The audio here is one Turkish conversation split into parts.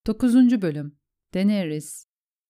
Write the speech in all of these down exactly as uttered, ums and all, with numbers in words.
dokuzuncu Bölüm Daenerys.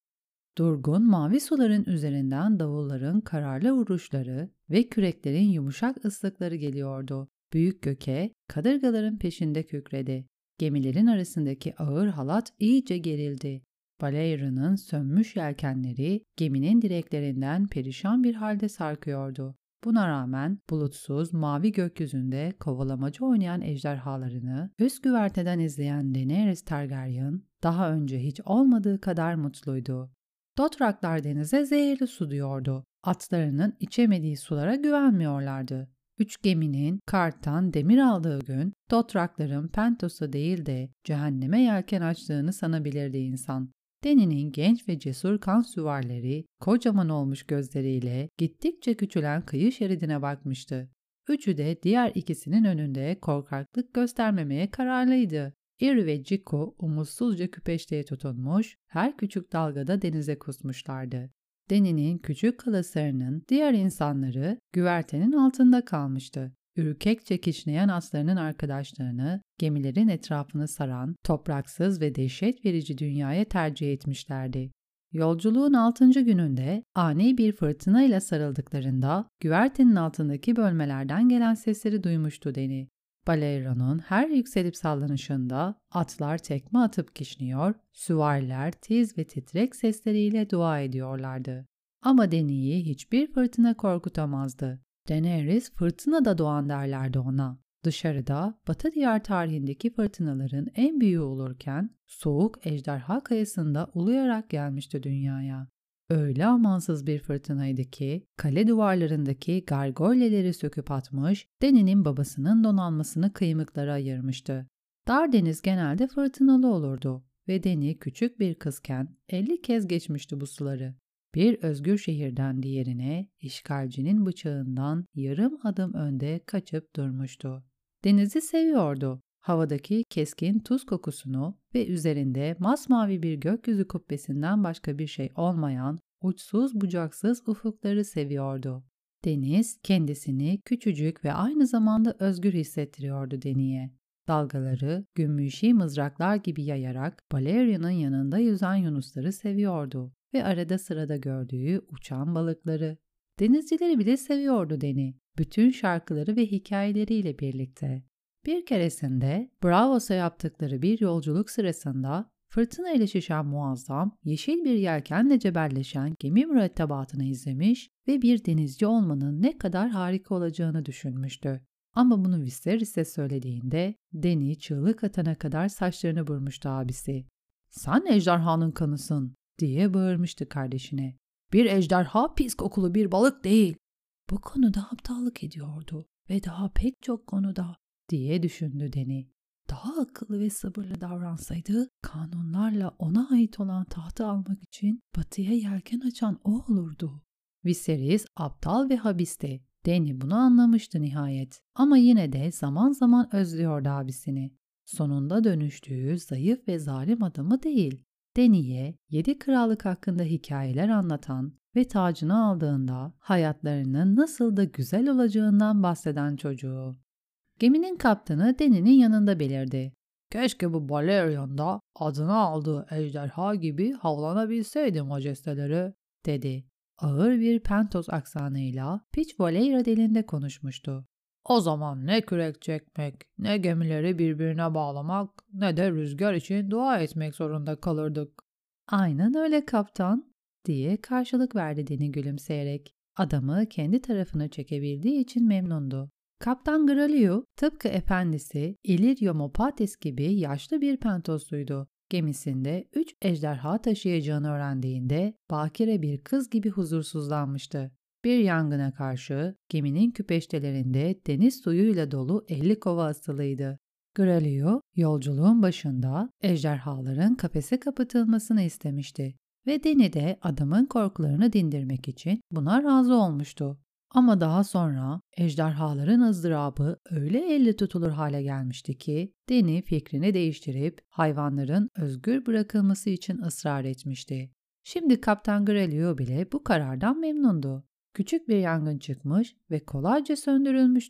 Durgun mavi suların üzerinden davulların kararlı vuruşları ve küreklerin yumuşak ıslıkları geliyordu. Büyük göke kadırgaların peşinde kükredi. Gemilerin arasındaki ağır halat iyice gerildi. Baleria'nın sönmüş yelkenleri geminin direklerinden perişan bir halde sarkıyordu. Buna rağmen bulutsuz mavi gökyüzünde kovalamacı oynayan ejderhalarını üst güverteden izleyen Daenerys Targaryen daha önce hiç olmadığı kadar mutluydu. Dothraklar denize zehirli su diyordu. Atlarının içemediği sulara güvenmiyorlardı. Üç geminin karttan demir aldığı gün Dothrakların Pentos'a değil de cehenneme yelken açtığını sanabilirdi insan. Dany'nin genç ve cesur kan süvarileri kocaman olmuş gözleriyle gittikçe küçülen kıyı şeridine bakmıştı. Üçü de diğer ikisinin önünde korkaklık göstermemeye kararlıydı. Irri ve Jiko umutsuzca küpeşteye tutunmuş, her küçük dalgada denize kusmuşlardı. Dany'nin küçük kalaslarının diğer insanları güvertenin altında kalmıştı. Ürkekçe kişneyen atlarının arkadaşlarını gemilerin etrafını saran topraksız ve dehşet verici dünyaya tercih etmişlerdi. Yolculuğun altıncı gününde ani bir fırtınayla sarıldıklarında güvertenin altındaki bölmelerden gelen sesleri duymuştu Dany. Baleria'nın her yükselip sallanışında atlar tekme atıp kişniyor, süvariler tiz ve titrek sesleriyle dua ediyorlardı. Ama Dany'yi hiçbir fırtına korkutamazdı. Daenerys fırtınada doğan derlerdi ona. Dışarıda Batı diyar tarihindeki fırtınaların en büyüğü olurken soğuk ejderha kayasında uluyarak gelmişti dünyaya. Öyle amansız bir fırtınaydı ki kale duvarlarındaki gargolyeleri söküp atmış, Dany'nin babasının donanmasını kıymıklara ayırmıştı. Dardeniz genelde fırtınalı olurdu ve Dany küçük bir kızken elli kez geçmişti bu suları. Bir özgür şehirden diğerine işgalcinin bıçağından yarım adım önde kaçıp durmuştu. Denizi seviyordu. Havadaki keskin tuz kokusunu ve üzerinde masmavi bir gökyüzü kubbesinden başka bir şey olmayan uçsuz bucaksız ufukları seviyordu. Deniz kendisini küçücük ve aynı zamanda özgür hissettiriyordu Dany'ye. Dalgaları gümüşi mızraklar gibi yayarak Baleria'nın yanında yüzen yunusları seviyordu ve arada sırada gördüğü uçan balıkları. Denizcileri bile seviyordu Dany, bütün şarkıları ve hikayeleriyle birlikte. Bir keresinde Braavos'a yaptıkları bir yolculuk sırasında fırtına ile şişen muazzam, yeşil bir yelkenle cebelleşen gemi mürettebatını izlemiş ve bir denizci olmanın ne kadar harika olacağını düşünmüştü. Ama bunu Viserys'e söylediğinde Dany çığlık atana kadar saçlarını burmuştu abisi. "Sen ejderhanın kanısın," diye bağırmıştı kardeşine. "Bir ejderha pis kokulu bir balık değil." Bu konuda aptallık ediyordu ve daha pek çok konuda diye düşündü Dany. Daha akıllı ve sabırlı davransaydı kanunlarla ona ait olan tahtı almak için batıya yelken açan o olurdu. Viserys aptal ve habisti. Dany bunu anlamıştı nihayet. Ama yine de zaman zaman özlüyordu abisini. Sonunda dönüştüğü zayıf ve zalim adamı değil. Dany'ye yedi krallık hakkında hikayeler anlatan ve tacını aldığında hayatlarının nasıl da güzel olacağından bahseden çocuğu. Geminin kaptanı Dany'nin yanında belirdi. "Keşke bu Balerion da adını aldığı ejderha gibi havlanabilseydi majesteleri," dedi. Ağır bir Pentos aksanıyla Pitch Valeira dilinde konuşmuştu. "O zaman ne kürek çekmek, ne gemileri birbirine bağlamak, ne de rüzgar için dua etmek zorunda kalırdık." "Aynen öyle kaptan," diye karşılık verdi Dany gülümseyerek. Adamı kendi tarafına çekebildiği için memnundu. Kaptan Graliu tıpkı efendisi Illyrio Mopatis gibi yaşlı bir pentosuydu. Gemisinde üç ejderha taşıyacağını öğrendiğinde bakire bir kız gibi huzursuzlanmıştı. Bir yangına karşı geminin küpeştelerinde deniz suyuyla dolu elli kova asılıydı. Graliu yolculuğun başında ejderhaların kafese kapatılmasını istemişti ve Dany de adamın korkularını dindirmek için buna razı olmuştu. Ama daha sonra ejderhaların ızdırabı öyle elle tutulur hale gelmişti ki Dany fikrini değiştirip hayvanların özgür bırakılması için ısrar etmişti. Şimdi Kaptan Graliu bile bu karardan memnundu. Küçük bir yangın çıkmış ve kolayca söndürülmüştü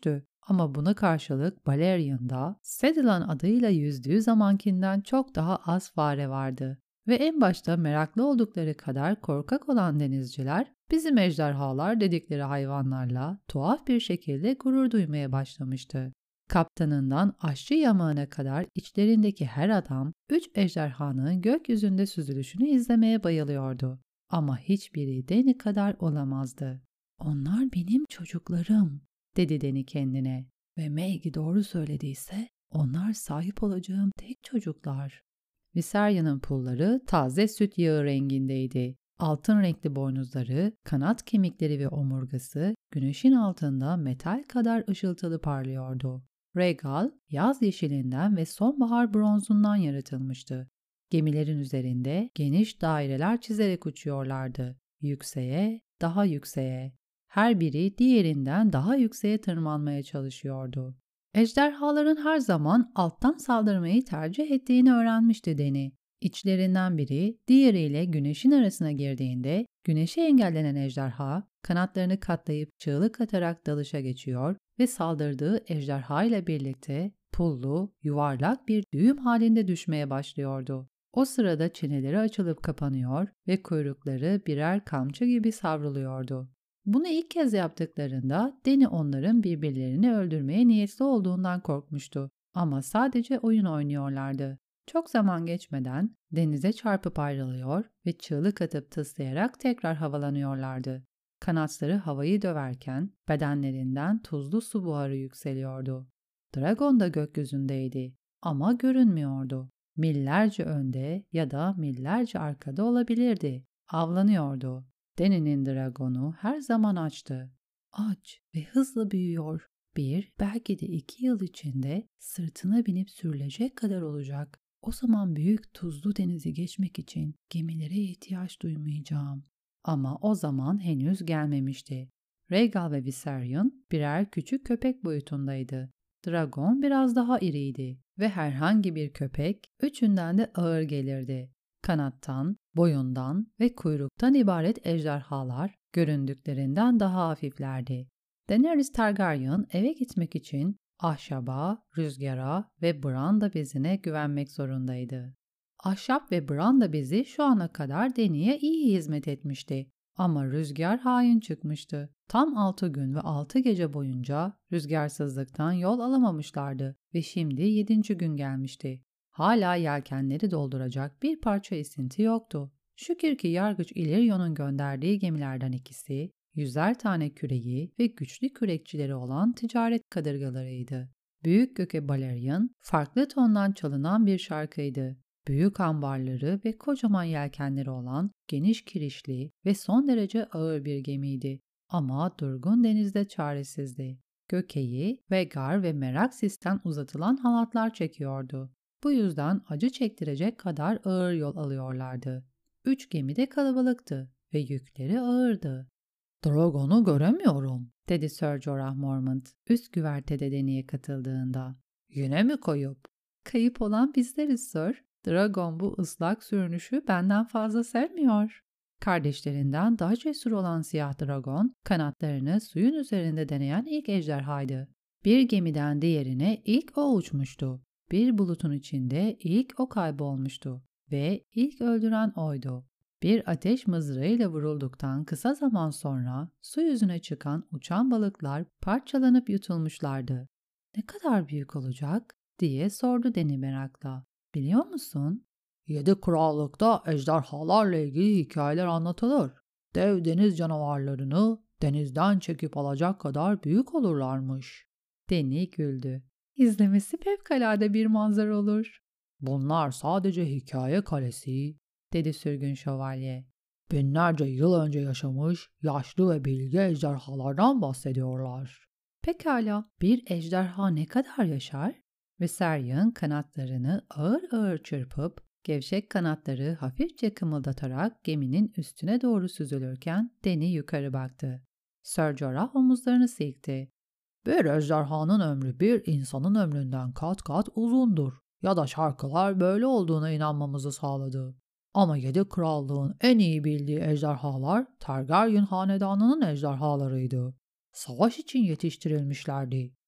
Ama buna karşılık Balerian'da Cedilon adıyla yüzdüğü zamankinden çok daha az fare vardı. Ve en başta meraklı oldukları kadar korkak olan denizciler, bizim ejderhalar dedikleri hayvanlarla tuhaf bir şekilde gurur duymaya başlamıştı. Kaptanından aşçı yamağına kadar içlerindeki her adam, üç ejderhanın gökyüzünde süzülüşünü izlemeye bayılıyordu. Ama hiçbiri Deni kadar olamazdı. "Onlar benim çocuklarım," dedi Deni kendine. "Ve Maggie doğru söylediyse onlar sahip olacağım tek çocuklar." Viserion'un pulları taze süt yağı rengindeydi. Altın renkli boynuzları, kanat kemikleri ve omurgası güneşin altında metal kadar ışıltılı parlıyordu. Rhaegal, yaz yeşilinden ve sonbahar bronzundan yaratılmıştı. Gemilerin üzerinde geniş daireler çizerek uçuyorlardı. Yükseğe, daha yükseğe. Her biri diğerinden daha yükseğe tırmanmaya çalışıyordu. Ejderhaların her zaman alttan saldırmayı tercih ettiğini öğrenmişti Deni. İçlerinden biri diğeriyle güneşin arasına girdiğinde güneşi engellenen ejderha kanatlarını katlayıp çığlık atarak dalışa geçiyor ve saldırdığı ejderha ile birlikte pullu, yuvarlak bir düğüm halinde düşmeye başlıyordu. O sırada çeneleri açılıp kapanıyor ve kuyrukları birer kamçı gibi savruluyordu. Bunu ilk kez yaptıklarında Deni onların birbirlerini öldürmeye niyetli olduğundan korkmuştu. Ama sadece oyun oynuyorlardı. Çok zaman geçmeden denize çarpıp ayrılıyor ve çığlık atıp tıslayarak tekrar havalanıyorlardı. Kanatları havayı döverken bedenlerinden tuzlu su buharı yükseliyordu. Dragon da gökyüzündeydi ama görünmüyordu. Millerce önde ya da millerce arkada olabilirdi. Avlanıyordu. Deni'nin dragonu her zaman açtı. Aç ve hızla büyüyor. Bir, belki de iki yıl içinde sırtına binip sürülecek kadar olacak. O zaman büyük tuzlu denizi geçmek için gemilere ihtiyaç duymayacağım. Ama o zaman henüz gelmemişti. Rhaegal ve Viserion birer küçük köpek boyutundaydı. Dragon biraz daha iriydi ve herhangi bir köpek üçünden de ağır gelirdi. Kanattan, boyundan ve kuyruktan ibaret ejderhalar göründüklerinden daha hafiflerdi. Daenerys Targaryen eve gitmek için ahşaba, rüzgara ve branda bezine güvenmek zorundaydı. Ahşap ve branda bezi şu ana kadar Dany'ye iyi hizmet etmişti. Ama rüzgar hain çıkmıştı. Tam altı gün ve altı gece boyunca rüzgarsızlıktan yol alamamışlardı ve şimdi yedinci gün gelmişti. Hala yelkenleri dolduracak bir parça esinti yoktu. Şükür ki Yargıç Illyrio'nun gönderdiği gemilerden ikisi, yüzer tane küreği ve güçlü kürekçileri olan ticaret kadırgalarıydı. Büyük Göke Balerion, farklı tondan çalınan bir şarkıydı. Büyük ambarları ve kocaman yelkenleri olan geniş kirişli ve son derece ağır bir gemiydi. Ama durgun denizde çaresizdi. Gökeyi, Vhagar ve Meraxis'ten uzatılan halatlar çekiyordu. Bu yüzden acı çektirecek kadar ağır yol alıyorlardı. Üç gemi de kalabalıktı ve yükleri ağırdı. "Drogon'u göremiyorum," dedi Ser Jorah Mormont üst güvertede Dany'ye katıldığında. "Yine mi kayıp?" "Kayıp olan bizleriz Sir. Dragon bu ıslak sürünüşü benden fazla sevmiyor." Kardeşlerinden daha cesur olan Siyah Dragon, kanatlarını suyun üzerinde deneyen ilk ejderhaydı. Bir gemiden diğerine ilk o uçmuştu. Bir bulutun içinde ilk o kaybolmuştu ve ilk öldüren oydu. Bir ateş mızrağıyla vurulduktan kısa zaman sonra su yüzüne çıkan uçan balıklar parçalanıp yutulmuşlardı. "Ne kadar büyük olacak?" diye sordu Dany merakla. "Biliyor musun?" "Yedi krallıkta ejderhalarla ilgili hikayeler anlatılır. Dev deniz canavarlarını denizden çekip alacak kadar büyük olurlarmış." Dany güldü. "İzlemesi fevkalade bir manzara olur." "Bunlar sadece hikaye kalesi," dedi sürgün şövalye. "Binlerce yıl önce yaşamış yaşlı ve bilge ejderhalardan bahsediyorlar." "Pekala, bir ejderha ne kadar yaşar?" Viserion kanatlarını ağır ağır çırpıp gevşek kanatları hafifçe kımıldatarak geminin üstüne doğru süzülürken Dany yukarı baktı. Ser Jorah omuzlarını silkti. "Bir ejderhanın ömrü bir insanın ömründen kat kat uzundur. Ya da şarkılar böyle olduğuna inanmamızı sağladı. Ama yedi krallığın en iyi bildiği ejderhalar Targaryen hanedanının ejderhalarıydı. Savaş için yetiştirilmişlerdi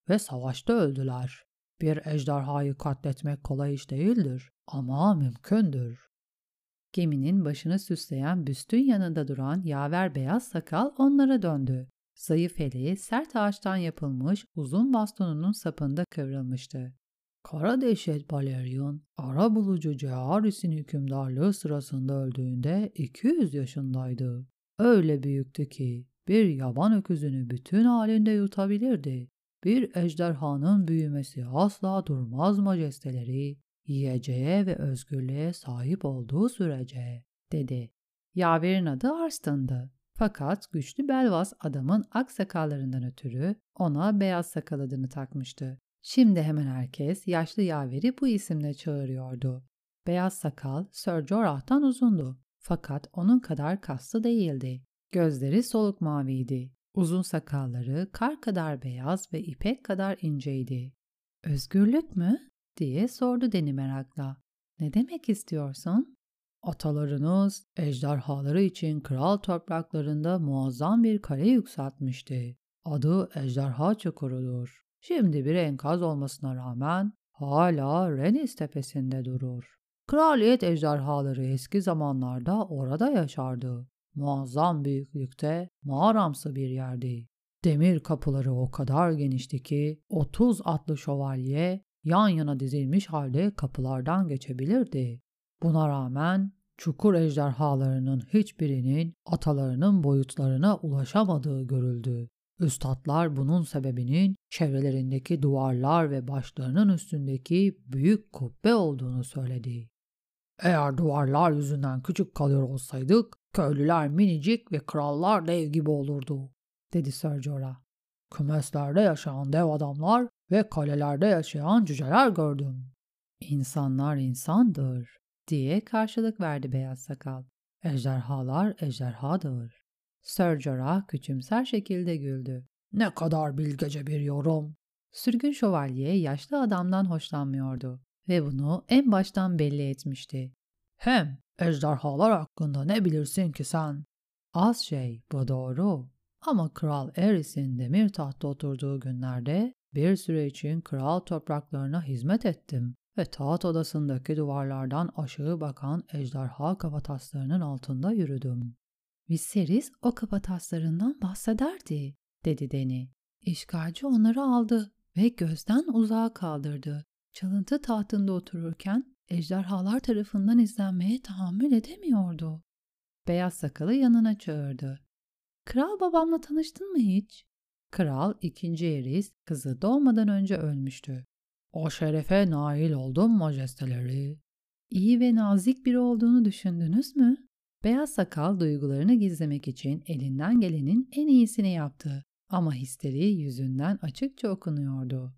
ve savaşta öldüler. Bir ejderhayı katletmek kolay iş değildir ama mümkündür. Geminin başını süsleyen büstün yanında duran yaver beyaz sakal onlara döndü. Zayıf eli sert ağaçtan yapılmış uzun bastonunun sapında kıvrılmıştı. Kara dehşet Balerion, arabulucu Cearis'in hükümdarlığı sırasında öldüğünde iki yüz yaşındaydı. Öyle büyüktü ki bir yaban öküzünü bütün halinde yutabilirdi. Bir ejderhanın büyümesi asla durmaz majesteleri, yiyeceğe ve özgürlüğe sahip olduğu sürece, dedi. Yaver'in adı Arslan'dı. Fakat güçlü Belvas adamın ak sakallarından ötürü ona beyaz sakal adını takmıştı. Şimdi hemen herkes yaşlı yaveri bu isimle çağırıyordu. Beyaz sakal Sir Jorah'tan uzundu. Fakat onun kadar kaslı değildi. Gözleri soluk maviydi. Uzun sakalları kar kadar beyaz ve ipek kadar inceydi. Özgürlük mü? Diye sordu Deni merakla. Ne demek istiyorsun? Atalarınız ejderhaları için kral topraklarında muazzam bir kale yükseltmişti. Adı Ejderha Çukuru'dur. Şimdi bir enkaz olmasına rağmen hala Renis tepesinde durur. Kraliyet ejderhaları eski zamanlarda orada yaşardı. Muazzam büyüklükte, mağaramsı bir yerdi. Demir kapıları o kadar genişti ki otuz atlı şövalye yan yana dizilmiş halde kapılardan geçebilirdi. Buna rağmen çukur ejderhalarının hiçbirinin atalarının boyutlarına ulaşamadığı görüldü. Üstadlar bunun sebebinin çevrelerindeki duvarlar ve başlarının üstündeki büyük kubbe olduğunu söyledi. Eğer duvarlar yüzünden küçük kalıyor olsaydık, köylüler minicik ve krallar dev gibi olurdu, dedi Sir Jorah. Kümeslerde yaşayan dev adamlar ve kalelerde yaşayan cüceler gördüm. İnsanlar insandır, diye karşılık verdi beyaz sakal. Ejderhalar ejderhadır. Sir Jorah küçümser şekilde güldü. Ne kadar bilgece bir yorum. Sürgün şövalye yaşlı adamdan hoşlanmıyordu ve bunu en baştan belli etmişti. Hem ejderhalar hakkında ne bilirsin ki sen? Az şey, bu doğru. Ama Kral Aerys'in demir tahtta oturduğu günlerde bir süre için kral topraklarına hizmet ettim ve taht odasındaki duvarlardan aşağı bakan ejderha kafataslarının altında yürüdüm. Viserys o kafataslarından bahsederdi, dedi Dany. İşgalci onları aldı ve gözden uzağa kaldırdı. Çalıntı tahtında otururken ejderhalar tarafından izlenmeye tahammül edemiyordu. Beyaz sakalı yanına çağırdı. Kral babamla tanıştın mı hiç? Kral ikinci Aerys kızı doğmadan önce ölmüştü. O şerefe nail oldum majesteleri. İyi ve nazik biri olduğunu düşündünüz mü? Beyaz sakal duygularını gizlemek için elinden gelenin en iyisini yaptı. Ama histeri yüzünden açıkça okunuyordu.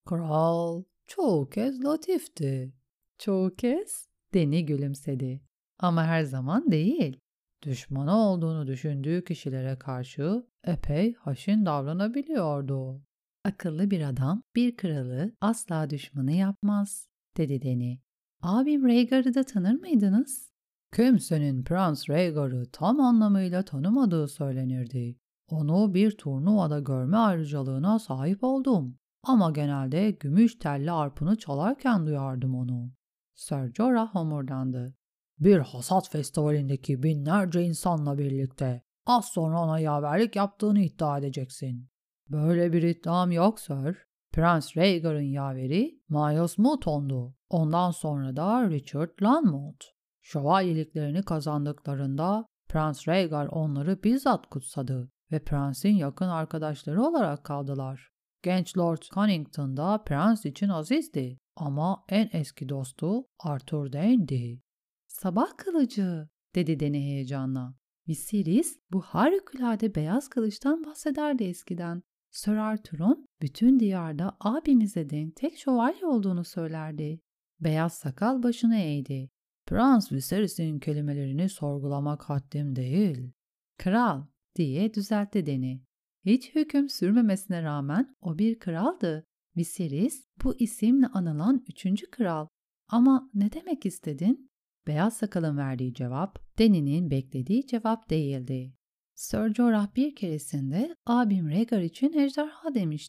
Kral çoğu kez latifti. Çoğu kez? Dany gülümsedi. Ama her zaman değil. Düşmanı olduğunu düşündüğü kişilere karşı epey haşin davranabiliyordu. Akıllı bir adam bir kralı asla düşmanı yapmaz, dedi Dany. Abim Rhaegar'ı da tanır mıydınız? Kimsenin Prens Rhaegar'ı tam anlamıyla tanımadığı söylenirdi. Onu bir turnuvada görme ayrıcalığına sahip oldum. Ama genelde gümüş telli arpını çalarken duyardım onu. Sir Jorah homurdandı. Bir hasat festivalindeki binlerce insanla birlikte az sonra ona yaverlik yaptığını iddia edeceksin. Böyle bir iddiam yok Sir. Prens Rhaegar'ın yaveri Myles Mouton'du. Ondan sonra da Richard Lanmont. Şövalyeliklerini kazandıklarında Prens Rhaegar onları bizzat kutsadı ve prensin yakın arkadaşları olarak kaldılar. Genç Lord Connington da prens için azizdi ama en eski dostu Arthur Dayne'di. Sabah kılıcı, dedi Dany heyecanla. Viserys bu harikulade beyaz kılıçtan bahsederdi eskiden. Sir Arthur'un bütün diyarda abimize denk tek şövalye olduğunu söylerdi. Beyaz sakal başını eğdi. Prens Viserys'in kelimelerini sorgulamak haddim değil. Kral, diye düzeltti Dany. Hiç hüküm sürmemesine rağmen o bir kraldı. Viserys bu isimle anılan üçüncü kral. Ama ne demek istedin? Beyaz sakalın verdiği cevap, Dany'nin beklediği cevap değildi. Sir Jorah bir keresinde abim Rhaegar için ejderha demişti.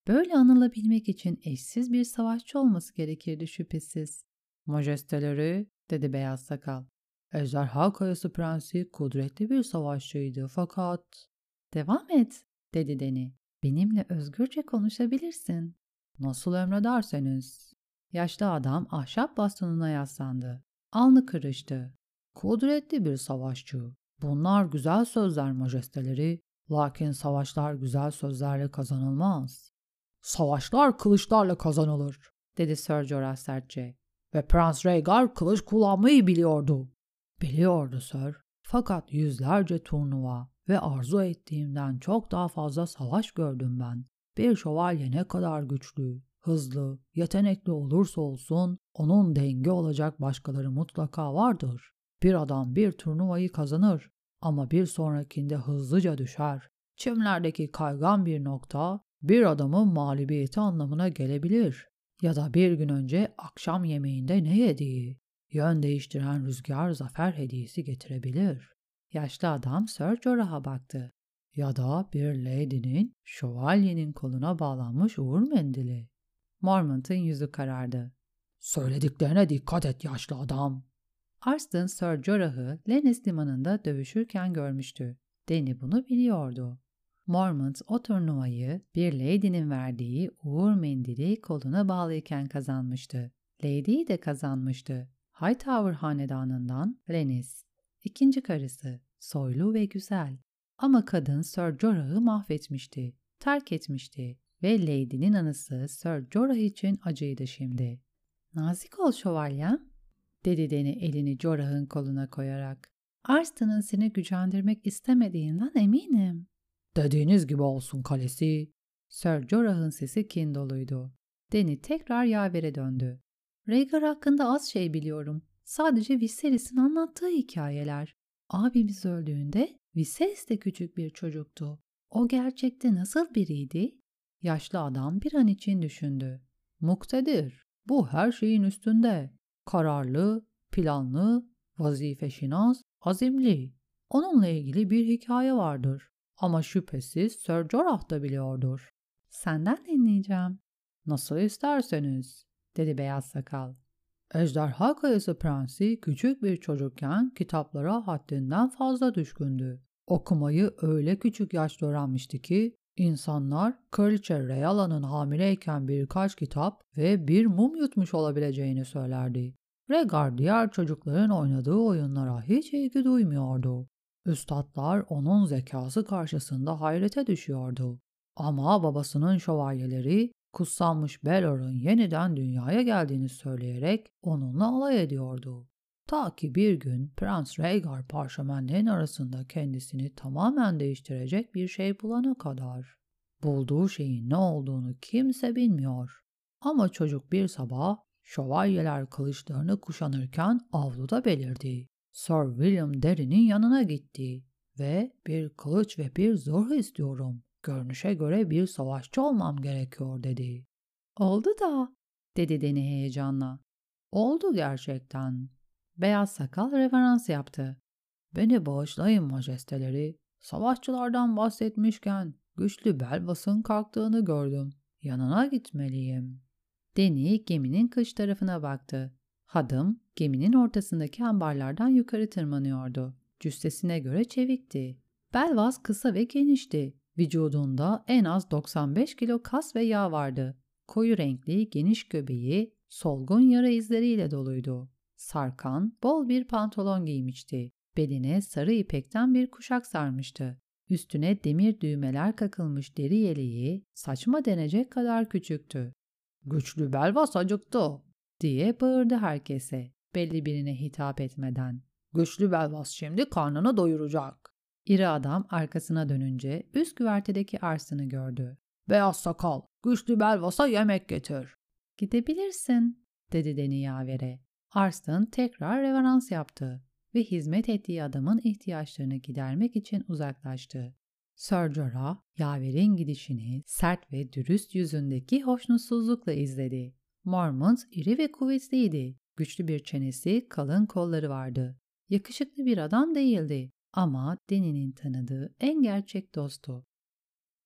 Böyle anılabilmek için eşsiz bir savaşçı olması gerekirdi şüphesiz. Majesteleri, dedi beyaz sakal. Ejderha Kayası Prensi kudretli bir savaşçıydı fakat... Devam et, dedi Deni. Benimle özgürce konuşabilirsin. Nasıl emrederseniz. Yaşlı adam ahşap bastonuna yaslandı. Alnı kırıştı. Kudretli bir savaşçı. Bunlar güzel sözler majesteleri. Lakin savaşlar güzel sözlerle kazanılmaz. Savaşlar kılıçlarla kazanılır, dedi Sir Jorah sertçe. Ve Prens Rhaegar kılıç kullanmayı biliyordu. Biliyordu Sir. Fakat yüzlerce turnuva ve arzu ettiğimden çok daha fazla savaş gördüm ben. Bir şövalye ne kadar güçlü, hızlı, yetenekli olursa olsun onun dengi olacak başkaları mutlaka vardır. Bir adam bir turnuvayı kazanır ama bir sonrakinde hızlıca düşer. Çimlerdeki kaygan bir nokta bir adamın mağlubiyeti anlamına gelebilir. Ya da bir gün önce akşam yemeğinde ne yediği. Yön değiştiren rüzgar zafer hediyesi getirebilir. Yaşlı adam Sir Jorah'a baktı. Ya da bir lady'nin şövalyenin koluna bağlanmış uğur mendili. Mormont'un yüzü karardı. Söylediklerine dikkat et yaşlı adam. Arstan Sir Jorah'ı Lennis limanında dövüşürken görmüştü. Dany bunu biliyordu. Mormont o turnuvayı bir lady'nin verdiği uğur mendili koluna bağlıyken kazanmıştı. Lady'yi de kazanmıştı. Hightower hanedanından Lennis. İkinci karısı, soylu ve güzel. Ama kadın Sir Jorah'ı mahvetmişti, terk etmişti ve Lady'nin anısı Sir Jorah için acıydı şimdi. Nazik ol şövalyem, dedi Dany elini Jorah'ın koluna koyarak. Arstan'ın seni gücendirmek istemediğinden eminim. Dediğiniz gibi olsun kalesi. Sir Jorah'ın sesi kin doluydu. Dany tekrar yavere döndü. Rhaegar hakkında az şey biliyorum. Sadece Viserys'in anlattığı hikayeler. Abimiz öldüğünde Viserys de küçük bir çocuktu. O gerçekte nasıl biriydi? Yaşlı adam bir an için düşündü. Muktedir. Bu her şeyin üstünde. Kararlı, planlı, vazifeşinas, azimli. Onunla ilgili bir hikaye vardır. Ama şüphesiz Sir Jorah da biliyordur. Senden dinleyeceğim. Nasıl isterseniz, dedi beyaz sakal. Ejderha Kayası Prensi küçük bir çocukken kitaplara haddinden fazla düşkündü. Okumayı öyle küçük yaşta öğrenmişti ki insanlar Kraliçe Rhaella'nın hamileyken birkaç kitap ve bir mum yutmuş olabileceğini söylerdi. Rhaegar diğer çocukların oynadığı oyunlara hiç ilgi duymuyordu. Üstadlar onun zekası karşısında hayrete düşüyordu. Ama babasının şövalyeleri kutsanmış Baelor'un yeniden dünyaya geldiğini söyleyerek onunla alay ediyordu. Ta ki bir gün Prens Rhaegar parşömenlerin arasında kendisini tamamen değiştirecek bir şey bulana kadar. Bulduğu şeyin ne olduğunu kimse bilmiyor. Ama çocuk bir sabah şövalyeler kılıçlarını kuşanırken avluda belirdi. Sir William Derry'nin yanına gitti ve bir kılıç ve bir zırh istiyorum. Görünüşe göre bir savaşçı olmam gerekiyor dedi. Oldu da, dedi Dany heyecanla. Oldu gerçekten. Beyaz sakal reverans yaptı. Beni bağışlayın majesteleri. Savaşçılardan bahsetmişken güçlü Belvas'ın kalktığını gördüm. Yanına gitmeliyim. Dany geminin kış tarafına baktı. Hadım geminin ortasındaki ambarlardan yukarı tırmanıyordu. Cüssesine göre çevikti. Belvas kısa ve genişti. Vücudunda en az doksan beş kilo kas ve yağ vardı. Koyu renkli geniş göbeği solgun yara izleriyle doluydu. Sarkan, bol bir pantolon giymişti. Beline sarı ipekten bir kuşak sarmıştı. Üstüne demir düğmeler kakılmış deri yeleği saçma denecek kadar küçüktü. "Güçlü Belvas acıktı," diye bağırdı herkese, belli birine hitap etmeden. "Güçlü Belvas şimdi karnını doyuracak." İri adam arkasına dönünce üst güvertedeki Arslan'ı gördü. "Beyaz sakal, güçlü Belvas'a yemek getir." "Gidebilirsin," dedi Dany yavere. Arslan tekrar reverans yaptı ve hizmet ettiği adamın ihtiyaçlarını gidermek için uzaklaştı. Sir Jorah, yaverin gidişini sert ve dürüst yüzündeki hoşnutsuzlukla izledi. Mormont iri ve kuvvetliydi. Güçlü bir çenesi, kalın kolları vardı. Yakışıklı bir adam değildi ama Dany'nin tanıdığı en gerçek dostu.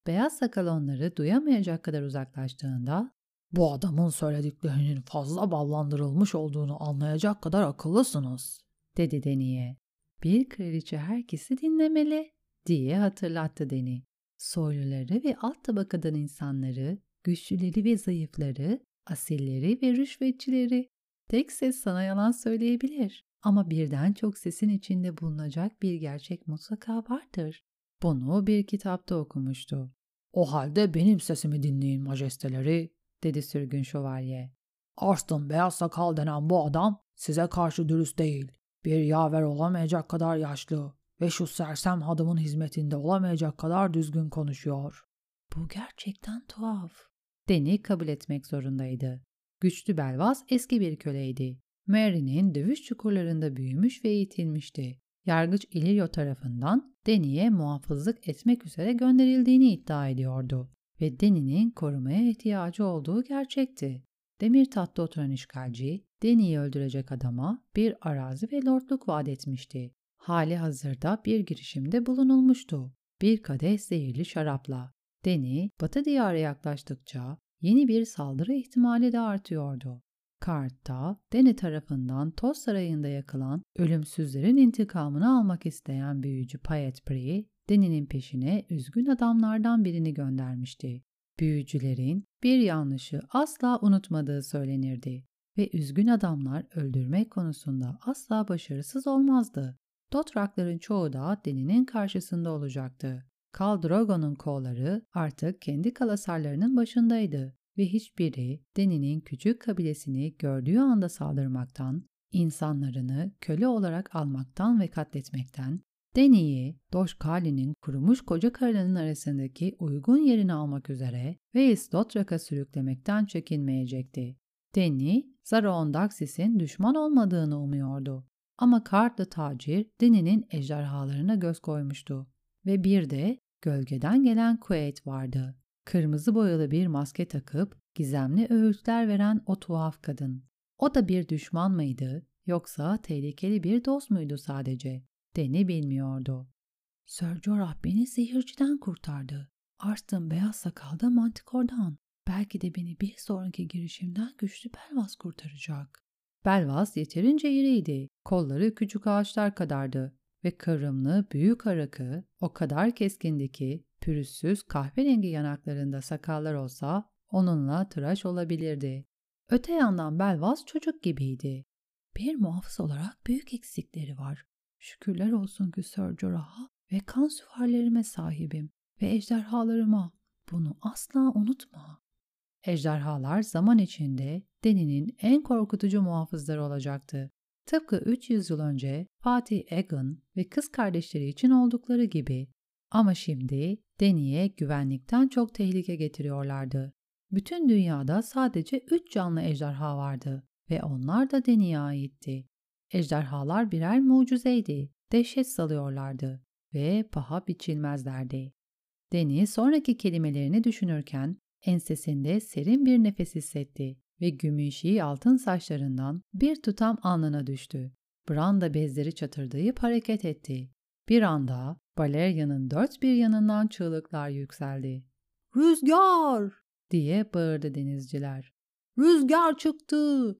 beyaz sakal onları duyamayacak kadar uzaklaştığında "Bu adamın söylediklerinin fazla ballandırılmış olduğunu anlayacak kadar akıllısınız," dedi Deni'ye. "Bir kraliçe herkesi dinlemeli," diye hatırlattı Deni. Soyluları ve alt tabakadan insanları, güçlüleri ve zayıfları, asilleri ve rüşvetçileri. Tek ses sana yalan söyleyebilir ama birden çok sesin içinde bulunacak bir gerçek mutlaka vardır. Bunu bir kitapta okumuştu. "O halde benim sesimi dinleyin majesteleri," dedi sürgün şövalye. "Arslan Beyaz Sakal denen bu adam size karşı dürüst değil, bir yaver olamayacak kadar yaşlı ve şu sersem hadımın hizmetinde olamayacak kadar düzgün konuşuyor." Bu gerçekten tuhaf. Deni kabul etmek zorundaydı. Güçlü Belvaz eski bir köleydi. Mary'nin dövüş çukurlarında büyümüş ve eğitilmişti. Yargıç Illyrio tarafından Deni'ye muhafızlık etmek üzere gönderildiğini iddia ediyordu ve Deni'nin korumaya ihtiyacı olduğu gerçekti. Demir tahtta oturan işgalci, Deni'yi öldürecek adama bir arazi ve lordluk vaat etmişti. Hali hazırda bir girişimde bulunulmuştu. Bir kadeh zehirli şarapla. Deni, Batı diyarı yaklaştıkça yeni bir saldırı ihtimali de artıyordu. Kart'ta Deni tarafından Toz Sarayı'nda yakılan ölümsüzlerin intikamını almak isteyen büyücü Payet-Pri, Deni'nin peşine üzgün adamlardan birini göndermişti. Büyücülerin bir yanlışı asla unutmadığı söylenirdi ve üzgün adamlar öldürmek konusunda asla başarısız olmazdı. Dothrakların çoğu da Deni'nin karşısında olacaktı. Khal Drogo'nun kolları artık kendi kalasarlarının başındaydı ve hiçbiri Deni'nin küçük kabilesini gördüğü anda saldırmaktan, insanlarını köle olarak almaktan ve katletmekten, Deni'yi Doshkali'nin kurumuş koca karılarının arasındaki uygun yerini almak üzere Vaes Dothrak'a sürüklemekten çekinmeyecekti. Deni, Zaraon Daxis'in düşman olmadığını umuyordu. Ama Kartlı tacir Deni'nin ejderhalarına göz koymuştu. Ve bir de gölgeden gelen Quaid vardı. Kırmızı boyalı bir maske takıp gizemli öğütler veren o tuhaf kadın. O da bir düşman mıydı yoksa tehlikeli bir dost muydu sadece? Deni bilmiyordu. Sir Jorah beni zehirciden kurtardı. Arslan Beyaz Sakal da Manticore'dan. Belki de beni bir sonraki girişimden güçlü Belvaz kurtaracak. Belvaz yeterince iriydi. Kolları küçük ağaçlar kadardı ve kıvrımlı büyük arakı o kadar keskindi ki pürüzsüz kahverengi yanaklarında sakallar olsa onunla tıraş olabilirdi. Öte yandan Belvaz çocuk gibiydi. Bir muhafız olarak büyük eksikleri var. Şükürler olsun ki Sir Jorah'a ve kan süvarilerime sahibim ve ejderhalarıma. Bunu asla unutma. Ejderhalar zaman içinde Deni'nin en korkutucu muhafızları olacaktı. Tıpkı üç yüz yıl önce Fatih Aegon ve kız kardeşleri için oldukları gibi. Ama şimdi Deni'ye güvenlikten çok tehlike getiriyorlardı. Bütün dünyada sadece üç canlı ejderha vardı ve onlar da Deni'ye aitti. Ejderhalar birer mucizeydi, dehşet salıyorlardı ve paha biçilmezlerdi. Deni sonraki kelimelerini düşünürken ensesinde serin bir nefes hissetti ve gümüşi altın saçlarından bir tutam alnına düştü. Branda bezleri çatırdayıp hareket etti. Bir anda Valeria'nın dört bir yanından çığlıklar yükseldi. "Rüzgar!" diye bağırdı denizciler. "Rüzgar çıktı!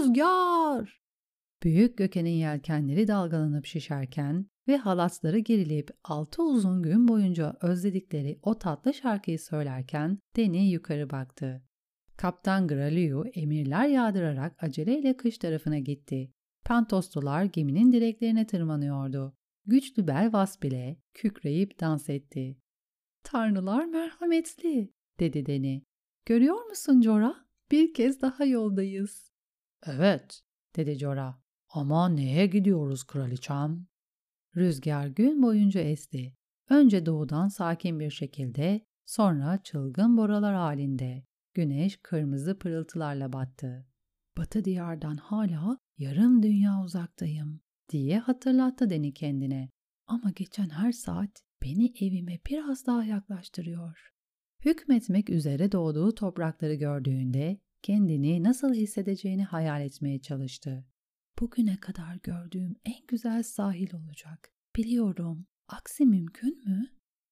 Rüzgar!" Büyük gökenin yelkenleri dalgalanıp şişerken ve halatları gerilip altı uzun gün boyunca özledikleri o tatlı şarkıyı söylerken Deni yukarı baktı. Kaptan Graliu emirler yağdırarak aceleyle kış tarafına gitti. Pentoslular geminin direklerine tırmanıyordu. Güçlü Belvas bile kükreyip dans etti. "Tanrılar merhametli," dedi Deni. "Görüyor musun Jorah? Bir kez daha yoldayız." "Evet," dedi Jorah. "Ama neye gidiyoruz kraliçem?" Rüzgar gün boyunca esti. Önce doğudan sakin bir şekilde, sonra çılgın boralar halinde. Güneş kırmızı pırıltılarla battı. "Batı diyardan hala yarım dünya uzaktayım," diye hatırlattı Deni kendine. "Ama geçen her saat beni evime biraz daha yaklaştırıyor." Hükmetmek üzere doğduğu toprakları gördüğünde kendini nasıl hissedeceğini hayal etmeye çalıştı. "Bugüne kadar gördüğüm en güzel sahil olacak. Biliyorum. Aksi mümkün mü?"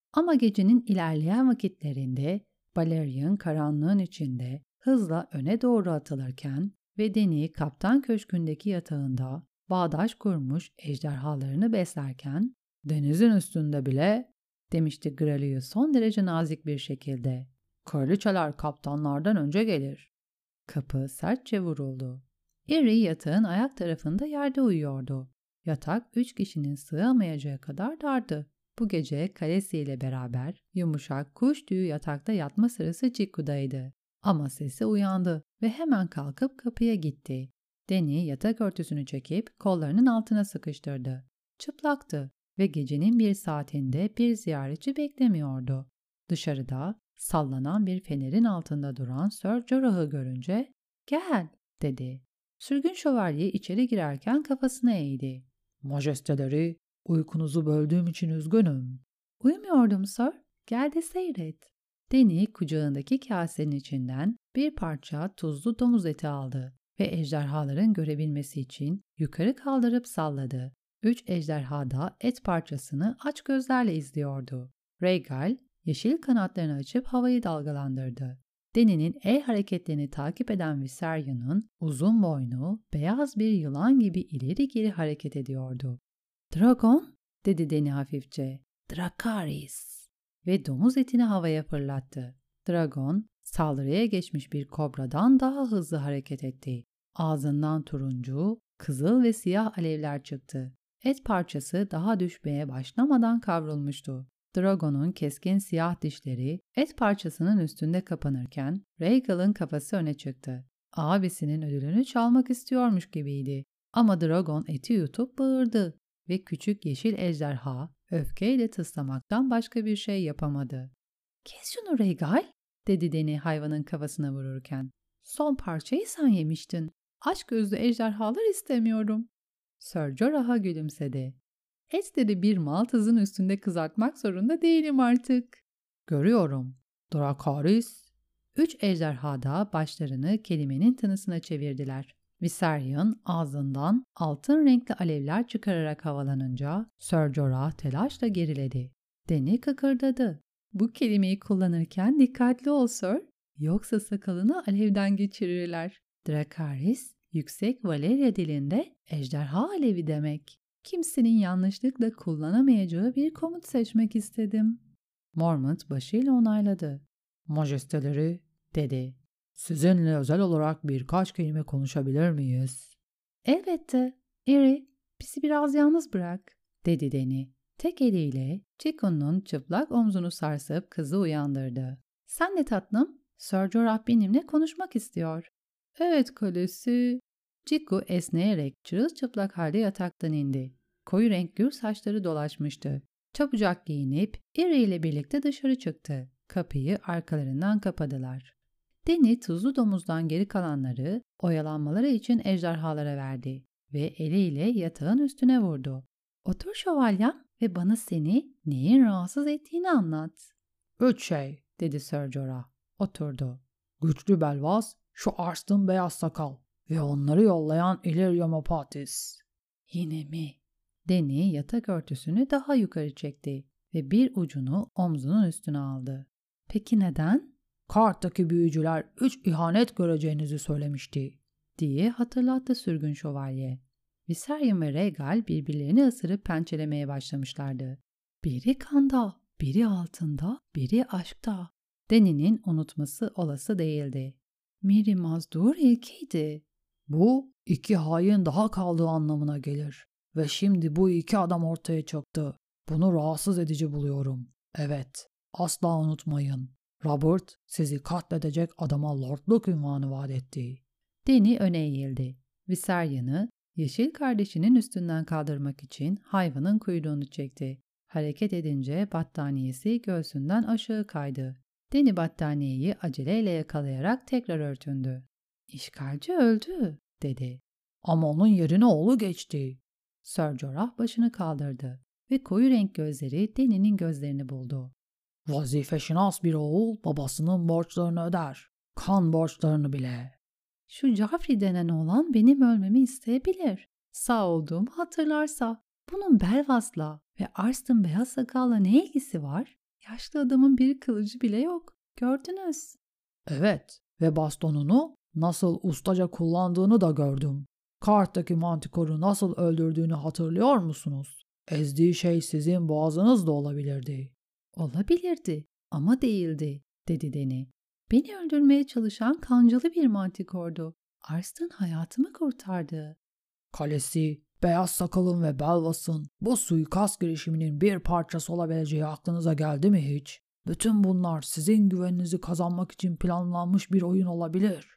Ama gecenin ilerleyen vakitlerinde Balerion karanlığın içinde hızla öne doğru atılırken ve Dany kaptan köşkündeki yatağında bağdaş kurmuş ejderhalarını beslerken "Denizin üstünde bile," demişti Grelius son derece nazik bir şekilde, "kraliçeler kaptanlardan önce gelir." Kapı sertçe vuruldu. Irri yatağın ayak tarafında yerde uyuyordu. Yatak üç kişinin sığamayacağı kadar dardı. Bu gece kalesiyle beraber yumuşak kuş tüyü yatakta yatma sırası Chiku'daydı. Ama sesi uyandı ve hemen kalkıp kapıya gitti. Dany yatak örtüsünü çekip kollarının altına sıkıştırdı. Çıplaktı ve gecenin bir saatinde bir ziyaretçi beklemiyordu. Dışarıda sallanan bir fenerin altında duran Ser Jorah'ı görünce "Gel," dedi. Sürgün şövalye içeri girerken kafasını eğdi. "Majesteleri, uykunuzu böldüğüm için üzgünüm." "Uyumuyordum Sir. Gel de seyret." Dany kucağındaki kasenin içinden bir parça tuzlu domuz eti aldı ve ejderhaların görebilmesi için yukarı kaldırıp salladı. Üç ejderha da et parçasını aç gözlerle izliyordu. Rhaegal yeşil kanatlarını açıp havayı dalgalandırdı. Dany'nin el hareketlerini takip eden Viserion'un uzun boynu beyaz bir yılan gibi ileri geri hareket ediyordu. "Dragon," dedi Dany hafifçe. "Dracarys." Ve domuz etini havaya fırlattı. Dragon, saldırıya geçmiş bir kobradan daha hızlı hareket etti. Ağzından turuncu, kızıl ve siyah alevler çıktı. Et parçası daha düşmeye başlamadan kavrulmuştu. Dragon'un keskin siyah dişleri et parçasının üstünde kapanırken Rhaegal'ın kafası öne çıktı. Abisinin ödülünü çalmak istiyormuş gibiydi. Ama Dragon eti yutup bağırdı ve küçük yeşil ejderha öfkeyle tıslamaktan başka bir şey yapamadı. "Kes şunu Rhaegal," dedi Dany hayvanın kafasına vururken. "Son parçayı sen yemiştin. Aç gözlü ejderhalar istemiyorum." Ser Jorah'a gülümsedi. "Etleri bir maltazın üstünde kızartmak zorunda değilim artık." "Görüyorum. Dracarys." Üç ejderha da başlarını kelimenin tınısına çevirdiler. Viserion ağzından altın renkli alevler çıkararak havalanınca Ser Jorah telaşla geriledi. Dany kıkırdadı. "Bu kelimeyi kullanırken dikkatli ol Sir. Yoksa sakalını alevden geçirirler." Dracarys, yüksek Valyria dilinde ejderha alevi demek. Kimsenin yanlışlıkla kullanamayacağı bir komut seçmek istedim. Mormont başıyla onayladı. "Majesteleri," dedi. "Sizinle özel olarak birkaç kelime konuşabilir miyiz?" "Elbette. Irri, bizi biraz yalnız bırak," dedi Dany. Tek eliyle Chiku'nun çıplak omzunu sarsıp kızı uyandırdı. "Sen de tatlım. Ser Jorah benimle konuşmak istiyor." "Evet kalesi." Chiku esneyerek çırılçıplak halde yataktan indi. Koyu renk gür saçları dolaşmıştı. Çabucak giyinip Irri ile birlikte dışarı çıktı. Kapıyı arkalarından kapadılar. Dany tuzlu domuzdan geri kalanları oyalanmaları için ejderhalara verdi ve eliyle yatağın üstüne vurdu. "Otur şövalyem ve bana seni neyin rahatsız ettiğini anlat." "Üç şey," dedi Ser Jorah. Oturdu. "Güçlü Belvas, şu Arslan beyaz sakal ve onları yollayan Illyrio Mopatis." "Yine mi?" Dany yatak örtüsünü daha yukarı çekti ve bir ucunu omzunun üstüne aldı. "Peki neden?" "Kart'taki büyücüler üç ihanet göreceğinizi söylemişti," diye hatırlattı sürgün şövalye. Viserion ve Rhaegal birbirlerini ısırıp pençelemeye başlamışlardı. Biri kanda, biri altında, biri aşkta. Dany'nin unutması olası değildi. Mirri Mazdur ilkiydi. "Bu iki hain daha kaldığı anlamına gelir. Ve şimdi bu iki adam ortaya çıktı. Bunu rahatsız edici buluyorum. Evet, asla unutmayın. Robert sizi katledecek adama lordluk ünvanı vaat etti." Dany öne eğildi. Viserion'ı yeşil kardeşinin üstünden kaldırmak için hayvanın kuyruğunu çekti. Hareket edince battaniyesi göğsünden aşağı kaydı. Dany battaniyeyi aceleyle yakalayarak tekrar örtündü. "İşgalci öldü," dedi. "Ama onun yerine oğlu geçti." Ser Jorah başını kaldırdı ve koyu renk gözleri Dany'nin gözlerini buldu. "Vazifeşinas bir oğul babasının borçlarını öder. Kan borçlarını bile." "Şu Joffrey denen oğlan benim ölmemi isteyebilir. Sağ olduğumu hatırlarsa. Bunun Belvas'la ve Arslan beyaz sakalla ne ilgisi var? Yaşlı adamın bir kılıcı bile yok. Gördünüz. Evet ve bastonunu nasıl ustaca kullandığını da gördüm. Karttaki mantikoru nasıl öldürdüğünü hatırlıyor musunuz? Ezdiği şey sizin boğazınız da olabilirdi. Olabilirdi ama değildi, dedi Deni. Beni öldürmeye çalışan kancalı bir mantikordu. Arslan hayatımı kurtardı. Kalesi, beyaz sakalın ve Belvas'ın bu suikast girişiminin bir parçası olabileceği aklınıza geldi mi hiç? Bütün bunlar sizin güveninizi kazanmak için planlanmış bir oyun olabilir.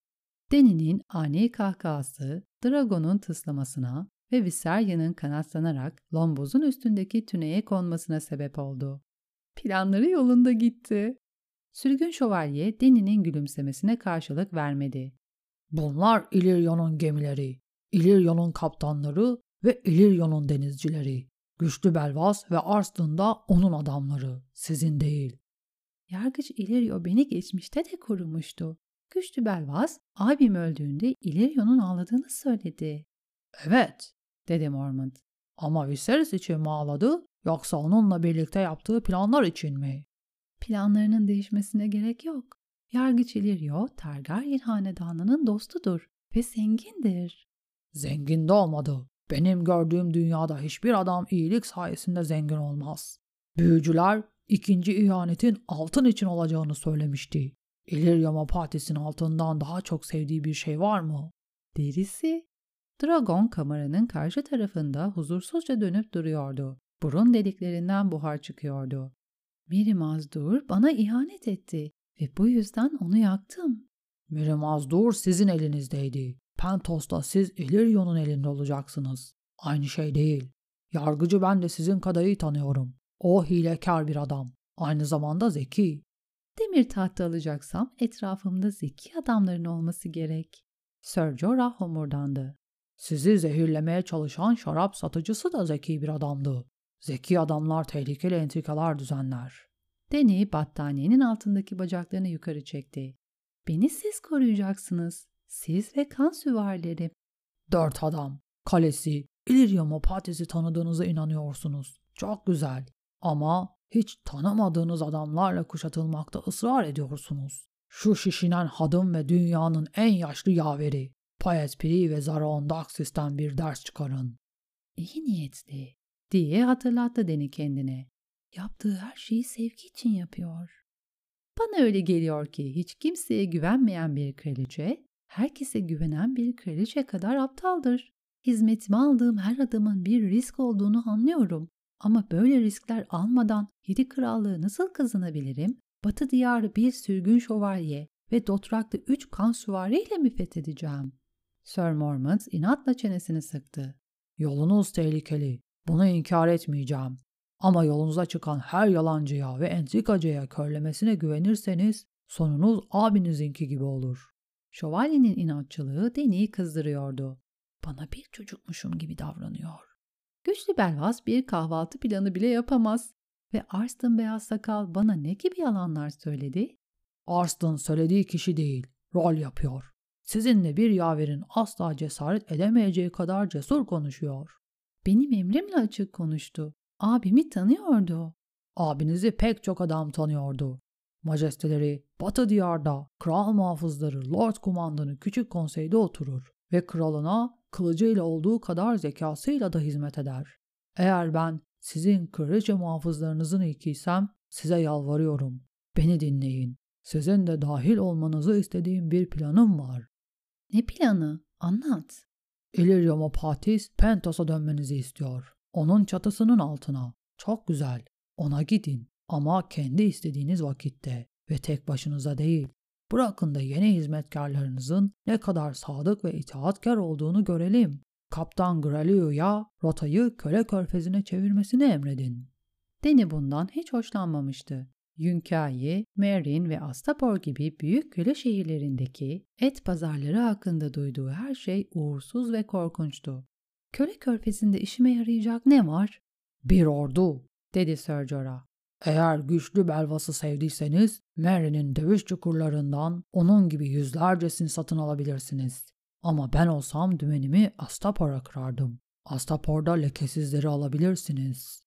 Deni'nin ani kahkahası, Dragon'un tıslamasına ve Viserys'in kanatlanarak Lomboz'un üstündeki tüneye konmasına sebep oldu. Planları yolunda gitti. Sürgün şövalye Deni'nin gülümsemesine karşılık vermedi. Bunlar İlyon'un gemileri, İlyon'un kaptanları ve İlyon'un denizcileri. Güçlü Belvas ve Arslan da onun adamları, sizin değil. Yargıç Illyrio beni geçmişte de korumuştu. Güçlü Belvas, abim öldüğünde Illyrio'nun ağladığını söyledi. Evet, Dedi Mormont. ama Viserys için mi ağladı, yoksa onunla birlikte yaptığı planlar için mi? Planlarının değişmesine gerek yok. Yargıç Illyrio, Targaryen hanedanının dostudur ve zengindir. Zengin de olmadı. Benim gördüğüm dünyada hiçbir adam iyilik sayesinde zengin olmaz. Büyücüler ikinci ihanetin altın için olacağını söylemişti. İlyoma Patis'in altından daha çok sevdiği bir şey var mı? Derisi. Dragon kameranın karşı tarafında huzursuzca dönüp duruyordu. Burun deliklerinden buhar çıkıyordu. Miri Mazdur bana ihanet etti ve bu yüzden onu yaktım. Miri Mazdur sizin elinizdeydi. Pentos'ta siz İlyon'un elinde olacaksınız. Aynı şey değil. Yargıcı ben de sizin kadar iyi tanıyorum. O hilekar bir adam. Aynı zamanda zeki. Demir tahta alacaksam etrafımda zeki adamların olması gerek. Ser Jorah homurdandı. Sizi zehirlemeye çalışan şarap satıcısı da zeki bir adamdı. Zeki adamlar tehlikeli entrikalar düzenler. Dany battaniyenin altındaki bacaklarını yukarı çekti. Beni siz koruyacaksınız. Siz ve kan süvarileri. Dört adam. Kalesi, İlyoma Patis'i tanıdığınıza inanıyorsunuz. Çok güzel. Ama hiç tanımadığınız adamlarla kuşatılmakta ısrar ediyorsunuz. Şu şişinen hadım ve dünyanın en yaşlı yaveri. Paetpiri ve Zaraon Daxis'ten bir ders çıkarın. İyi niyetli diye hatırlattı Dany kendine. Yaptığı her şeyi sevgi için yapıyor. Bana öyle geliyor ki hiç kimseye güvenmeyen bir kraliçe, herkese güvenen bir kraliçe kadar aptaldır. Hizmetime aldığım her adamın bir risk olduğunu anlıyorum. Ama böyle riskler almadan yedi krallığı nasıl kazanabilirim? Batı diyarı bir sürgün şövalye ve Dothrak'ta üç kan süvariyle mi fethedeceğim? Sir Mormont inatla çenesini sıktı. Yolunuz tehlikeli. Bunu inkar etmeyeceğim. Ama yolunuza çıkan her yalancıya ve entrikacıya körlemesine güvenirseniz sonunuz abinizinki gibi olur. Şövalyenin inatçılığı Dany'yi kızdırıyordu. Bana bir çocukmuşum gibi davranıyor. Güçlü Belvas bir kahvaltı planı bile yapamaz. Ve Arslan Beyaz Sakal bana ne gibi yalanlar söyledi? Arslan söylediği kişi değil, rol yapıyor. Sizinle bir yaverin asla cesaret edemeyeceği kadar cesur konuşuyor. Benim emrimle açık konuştu. Abimi tanıyordu. Abinizi pek çok adam tanıyordu. Majesteleri Batı diyarda, kral muhafızları, lord kumandanı küçük konseyde oturur ve kralına kılıcıyla olduğu kadar zekasıyla da hizmet eder. Eğer ben sizin kraliçe muhafızlarınızın ilkiysem size yalvarıyorum. Beni dinleyin. Sizin de dahil olmanızı istediğim bir planım var. Ne planı? Anlat. İlyoma Patis Pentos'a dönmenizi istiyor. Onun çatısının altına. Çok güzel. Ona gidin. Ama kendi istediğiniz vakitte ve tek başınıza değil. Bırakın da yeni hizmetkarlarınızın ne kadar sadık ve itaatkar olduğunu görelim. Kaptan Grelio'ya rotayı köle körfezine çevirmesini emredin. Dany bundan hiç hoşlanmamıştı. Yunkai, Meereen ve Astapor gibi büyük köle şehirlerindeki et pazarları hakkında duyduğu her şey uğursuz ve korkunçtu. Köle körfezinde işime yarayacak ne var? Bir ordu, dedi Ser Jorah. Eğer güçlü Belvas'ı sevdiyseniz Meereen'in dövüş çukurlarından onun gibi yüzlercesini satın alabilirsiniz. Ama ben olsam dümenimi Astapor'a kırardım. Astapor'da lekesizleri alabilirsiniz.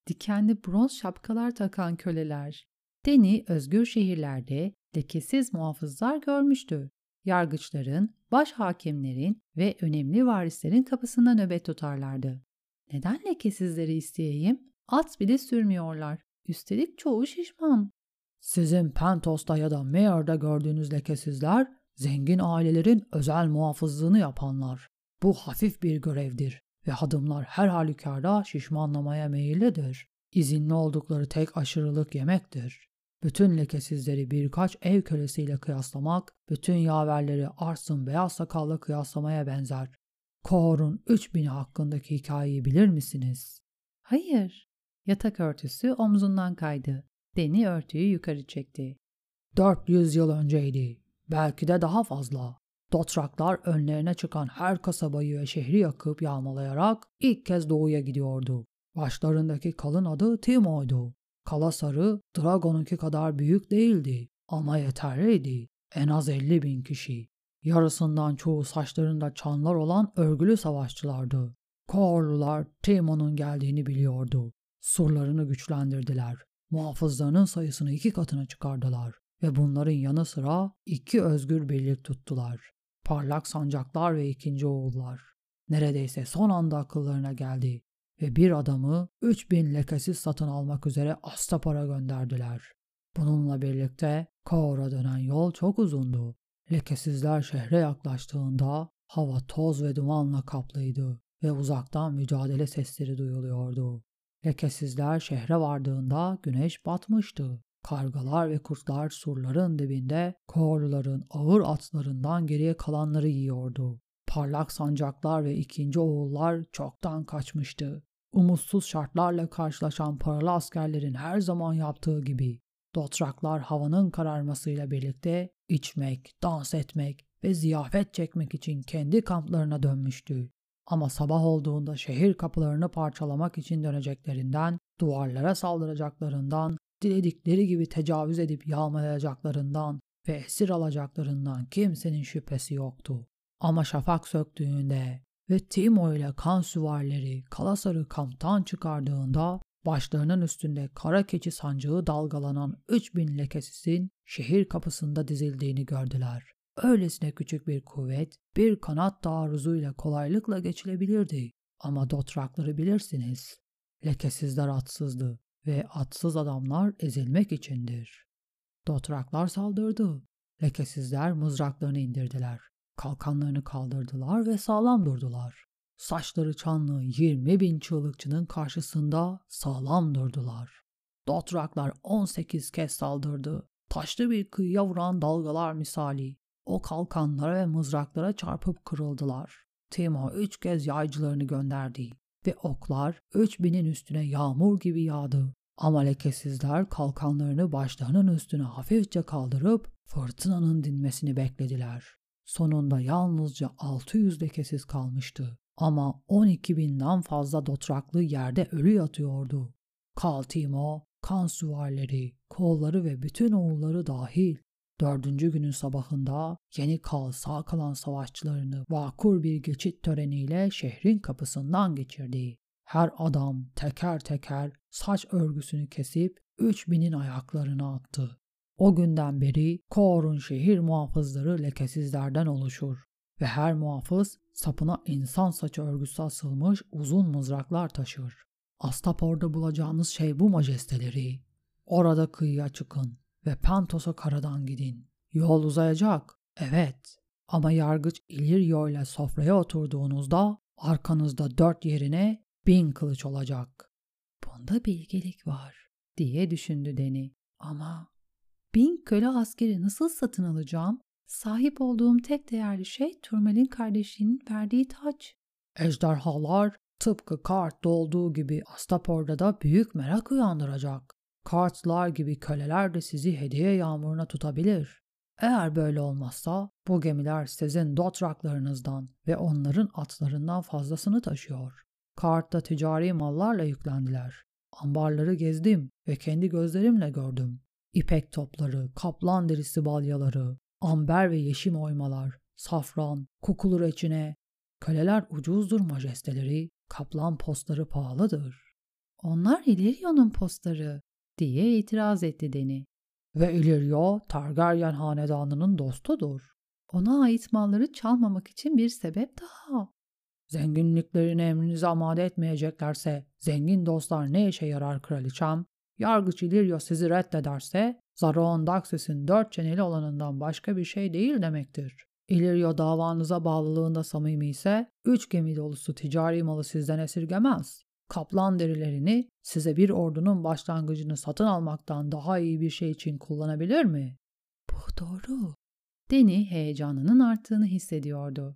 dikenli bronz şapkalar takan köleler. Deni özgür şehirlerde lekesiz muhafızlar görmüştü. Yargıçların, baş hakimlerin ve önemli varislerin kapısında nöbet tutarlardı. Neden lekesizleri isteyeyim? At bile sürmüyorlar. Üstelik çoğu şişman. Sizin Pentos'ta ya da Mayer'da gördüğünüz lekesizler, zengin ailelerin özel muhafızlığını yapanlar. Bu hafif bir görevdir ve hadımlar her halükarda şişmanlamaya meyillidir. İzinli oldukları tek aşırılık yemektir. Bütün lekesizleri birkaç ev kölesiyle kıyaslamak, bütün yaverleri arsın beyaz sakalla kıyaslamaya benzer. Kohor'un üç bini hakkındaki hikayeyi bilir misiniz? Hayır. Yatak örtüsü omzundan kaydı. Deni örtüyü yukarı çekti. dört yüz yıl önceydi. Belki de daha fazla. Dothraklar önlerine çıkan her kasabayı ve şehri yakıp yağmalayarak ilk kez doğuya gidiyordu. Başlarındaki kalın adı Timo'ydu. Kalasarı Dragon'unki kadar büyük değildi ama yeterliydi. En az elli bin kişi. Yarısından çoğu saçlarında çanlar olan örgülü savaşçılardı. Kohorlular Timo'nun geldiğini biliyordu. Surlarını güçlendirdiler. Muhafızlarının sayısını iki katına çıkardılar ve bunların yanı sıra iki özgür birlik tuttular. Parlak sancaklar ve ikinci oğullar. Neredeyse son anda akıllarına geldi ve bir adamı üç bin lekesiz satın almak üzere Astapor'a gönderdiler. Bununla birlikte Kohor'a dönen yol çok uzundu. Lekesizler şehre yaklaştığında hava toz ve dumanla kaplıydı ve uzaktan mücadele sesleri duyuluyordu. Lekesizler şehre vardığında güneş batmıştı. Kargalar ve kurtlar surların dibinde Kohorluların ağır atlarından geriye kalanları yiyordu. Parlak sancaklar ve ikinci oğullar çoktan kaçmıştı. Umutsuz şartlarla karşılaşan paralı askerlerin her zaman yaptığı gibi Dothraklar havanın kararmasıyla birlikte içmek, dans etmek ve ziyafet çekmek için kendi kamplarına dönmüştü. Ama sabah olduğunda şehir kapılarını parçalamak için döneceklerinden, duvarlara saldıracaklarından, diledikleri gibi tecavüz edip yağmalayacaklarından ve esir alacaklarından kimsenin şüphesi yoktu. Ama şafak söktüğünde ve Timo ile kan süvarileri Kalasar'ı kamptan çıkardığında başlarının üstünde kara keçi sancağı dalgalanan üç bin lekesizin şehir kapısında dizildiğini gördüler. Öylesine küçük bir kuvvet, bir kanat taarruzuyla kolaylıkla geçilebilirdi. Ama Dothrakları bilirsiniz. Lekesizler atsızdı ve atsız adamlar ezilmek içindir. Dothraklar saldırdı. Lekesizler mızraklarını indirdiler. Kalkanlarını kaldırdılar ve sağlam durdular. Saçları çanlı yirmi bin çığlıkçının karşısında sağlam durdular. Dothraklar on sekiz kez saldırdı. Taşlı bir kıyıya vuran dalgalar misali. O kalkanlara ve mızraklara çarpıp kırıldılar. Timo üç kez yaycılarını gönderdi ve oklar üç binin üstüne yağmur gibi yağdı. Ama lekesizler kalkanlarını başlarının üstüne hafifçe kaldırıp fırtınanın dinmesini beklediler. Sonunda yalnızca altı yüz lekesiz kalmıştı. Ama on iki binden fazla Dothraklı yerde ölü yatıyordu. Kal Timo, kan süvarileri, kolları ve bütün oğulları dahil. Dördüncü günün sabahında yeni Kal sağ kalan savaşçılarını vakur bir geçit töreniyle şehrin kapısından geçirdi. Her adam teker teker saç örgüsünü kesip üç binin ayaklarına attı. O günden beri Kohor'un şehir muhafızları lekesizlerden oluşur ve her muhafız sapına insan saçı örgüsü asılmış uzun mızraklar taşır. Astapor'da bulacağınız şey bu majesteleri. Orada kıyıya çıkın ve Pentos'a karadan gidin. Yol uzayacak, evet, ama yargıç İllyrio ile sofraya oturduğunuzda arkanızda dört yerine bin kılıç olacak. Bunda bilgelik var diye düşündü Deni. Ama bin köle askeri nasıl satın alacağım? Sahip olduğum tek değerli şey Turmel'in kardeşinin verdiği taç. Ejderhalar tıpkı Kart'ta olduğu gibi Astapor'da da büyük merak uyandıracak. Kartlar gibi köleler de sizi hediye yağmuruna tutabilir. Eğer böyle olmazsa bu gemiler sizin Dothraklarınızdan ve onların atlarından fazlasını taşıyor. Kart'ta ticari mallarla yüklendiler. Ambarları gezdim ve kendi gözlerimle gördüm. İpek topları, kaplan derisi balyaları, amber ve yeşim oymalar, safran, kokulu reçine. Köleler ucuzdur majesteleri, kaplan postları pahalıdır. Onlar Illyrio'nun postları diye itiraz etti Dany. Ve Illyrio Targaryen hanedanının dostudur. Ona ait malları çalmamak için bir sebep daha. Zenginliklerini emrinize amade etmeyeceklerse zengin dostlar ne işe yarar kraliçem? Yargıç Illyrio sizi reddederse Zaroon Daxis'in dört çeneli olanından başka bir şey değil demektir. Illyrio davanıza bağlılığında samimi ise üç gemi dolusu ticari malı sizden esirgemez. Kaplan derilerini size bir ordunun başlangıcını satın almaktan daha iyi bir şey için kullanabilir mi? Bu doğru. Dany heyecanının arttığını hissediyordu.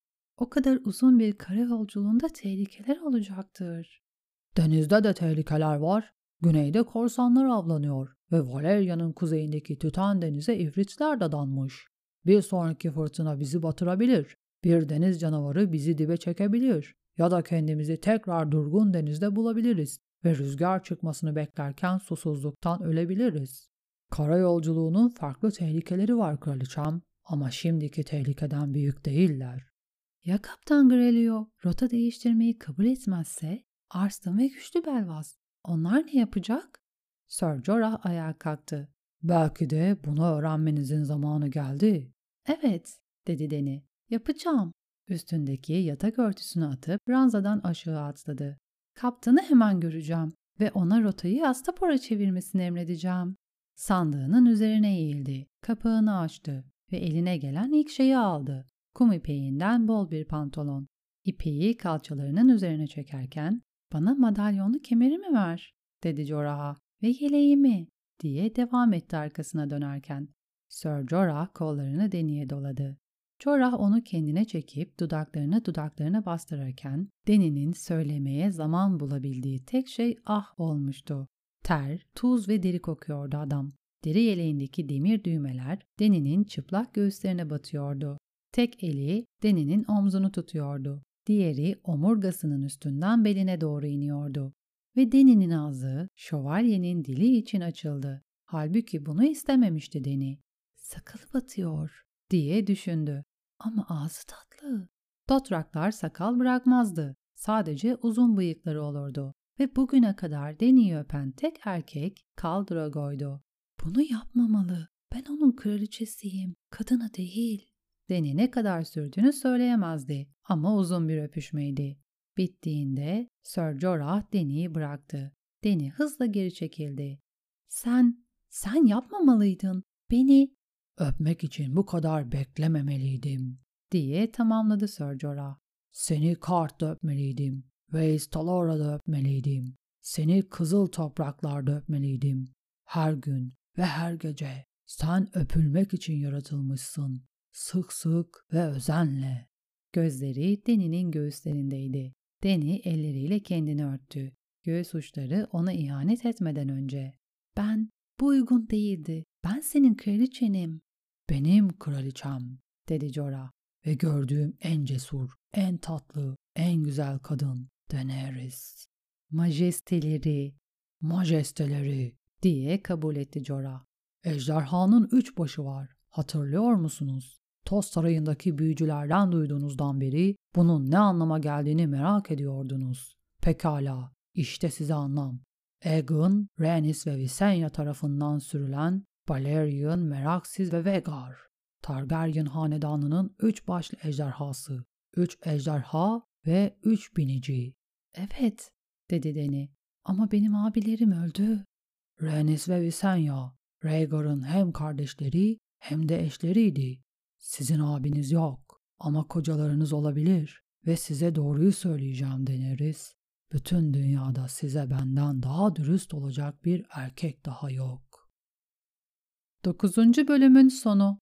O kadar uzun bir kara yolculuğunda tehlikeler olacaktır. Denizde de tehlikeler var. Güneyde korsanlar avlanıyor ve Valeria'nın kuzeyindeki tüten denize ifritler dadanmış. Bir sonraki fırtına bizi batırabilir. Bir deniz canavarı bizi dibe çekebilir. Ya da kendimizi tekrar durgun denizde bulabiliriz ve rüzgar çıkmasını beklerken susuzluktan ölebiliriz. Kara yolculuğunun farklı tehlikeleri var kraliçem ama şimdiki tehlikeden büyük değiller. Ya Kaptan Grelio rota değiştirmeyi kabul etmezse? Arslan ve Güçlü Belvaz. Onlar ne yapacak? Ser Jorah ayağa kalktı. Belki de bunu öğrenmenizin zamanı geldi. Evet, dedi Dany. Yapacağım. Üstündeki yatak örtüsünü atıp ranzadan aşağı atladı. Kaptanı hemen göreceğim ve ona rotayı Astapora çevirmesini emredeceğim. Sandığının üzerine eğildi, kapağını açtı ve eline gelen ilk şeyi aldı. Kum ipeğinden bol bir pantolon. İpeği kalçalarının üzerine çekerken, "Bana madalyonlu kemerimi ver," dedi Jorah'a, "ve yeleğimi," diye devam etti arkasına dönerken. Ser Jorah kollarını Dany'ye doladı. Jorah onu kendine çekip dudaklarını dudaklarına bastırırken Dany'nin söylemeye zaman bulabildiği tek şey ah olmuştu. Ter, tuz ve deri kokuyordu adam. Deri yeleğindeki demir düğmeler Dany'nin çıplak göğüslerine batıyordu. Tek eli Dany'nin omzunu tutuyordu. Diğeri omurgasının üstünden beline doğru iniyordu. Ve Dany'nin ağzı şövalyenin dili için açıldı. Halbuki bunu istememişti Dany. "Sakalı batıyor," diye düşündü. Ama ağzı tatlı. Dothraklar sakal bırakmazdı. Sadece uzun bıyıkları olurdu. Ve bugüne kadar Dany'yi öpen tek erkek Khal Drogo'ydu. "Bunu yapmamalı. Ben onun kraliçesiyim. Kadını değil." Dany ne kadar sürdüğünü söyleyemezdi ama uzun bir öpüşmeydi. Bittiğinde Ser Jorah Dany'yi bıraktı. Dany hızla geri çekildi. Sen, sen yapmamalıydın. Beni öpmek için bu kadar beklememeliydim, diye tamamladı Ser Jorah. Seni Karth'ta öpmeliydim. Vaes Talora'da öpmeliydim. Seni kızıl topraklarda öpmeliydim. Her gün ve her gece sen öpülmek için yaratılmışsın. Sık sık ve özenle. Gözleri Dany'nin göğüslerindeydi. Dany elleriyle kendini örttü. Göğüs uçları ona ihanet etmeden önce. "Ben, bu uygun değildi. Ben senin kraliçenim." "Benim kraliçem," dedi Jorah. "Ve gördüğüm en cesur, en tatlı, en güzel kadın Daenerys." "Majesteleri, majesteleri," diye kabul etti Jorah. "Ejderhanın üç başı var. Hatırlıyor musunuz? Toz Sarayı'ndaki büyücülerden duyduğunuzdan beri bunun ne anlama geldiğini merak ediyordunuz. Pekala, işte size anlam. Aegon, Rhaenys ve Visenya tarafından sürülen Balerion, Meraxes ve Vhagar. Targaryen hanedanının üç başlı ejderhası. Üç ejderha ve üç binici." "Evet," dedi Dany. "Ama benim abilerim öldü." "Rhaenys ve Visenya, Rhaegar'ın hem kardeşleri hem de eşleriydi. Sizin abiniz yok ama kocalarınız olabilir ve size doğruyu söyleyeceğim Daenerys. Bütün dünyada size benden daha dürüst olacak bir erkek daha yok." Dokuzuncu bölümün sonu.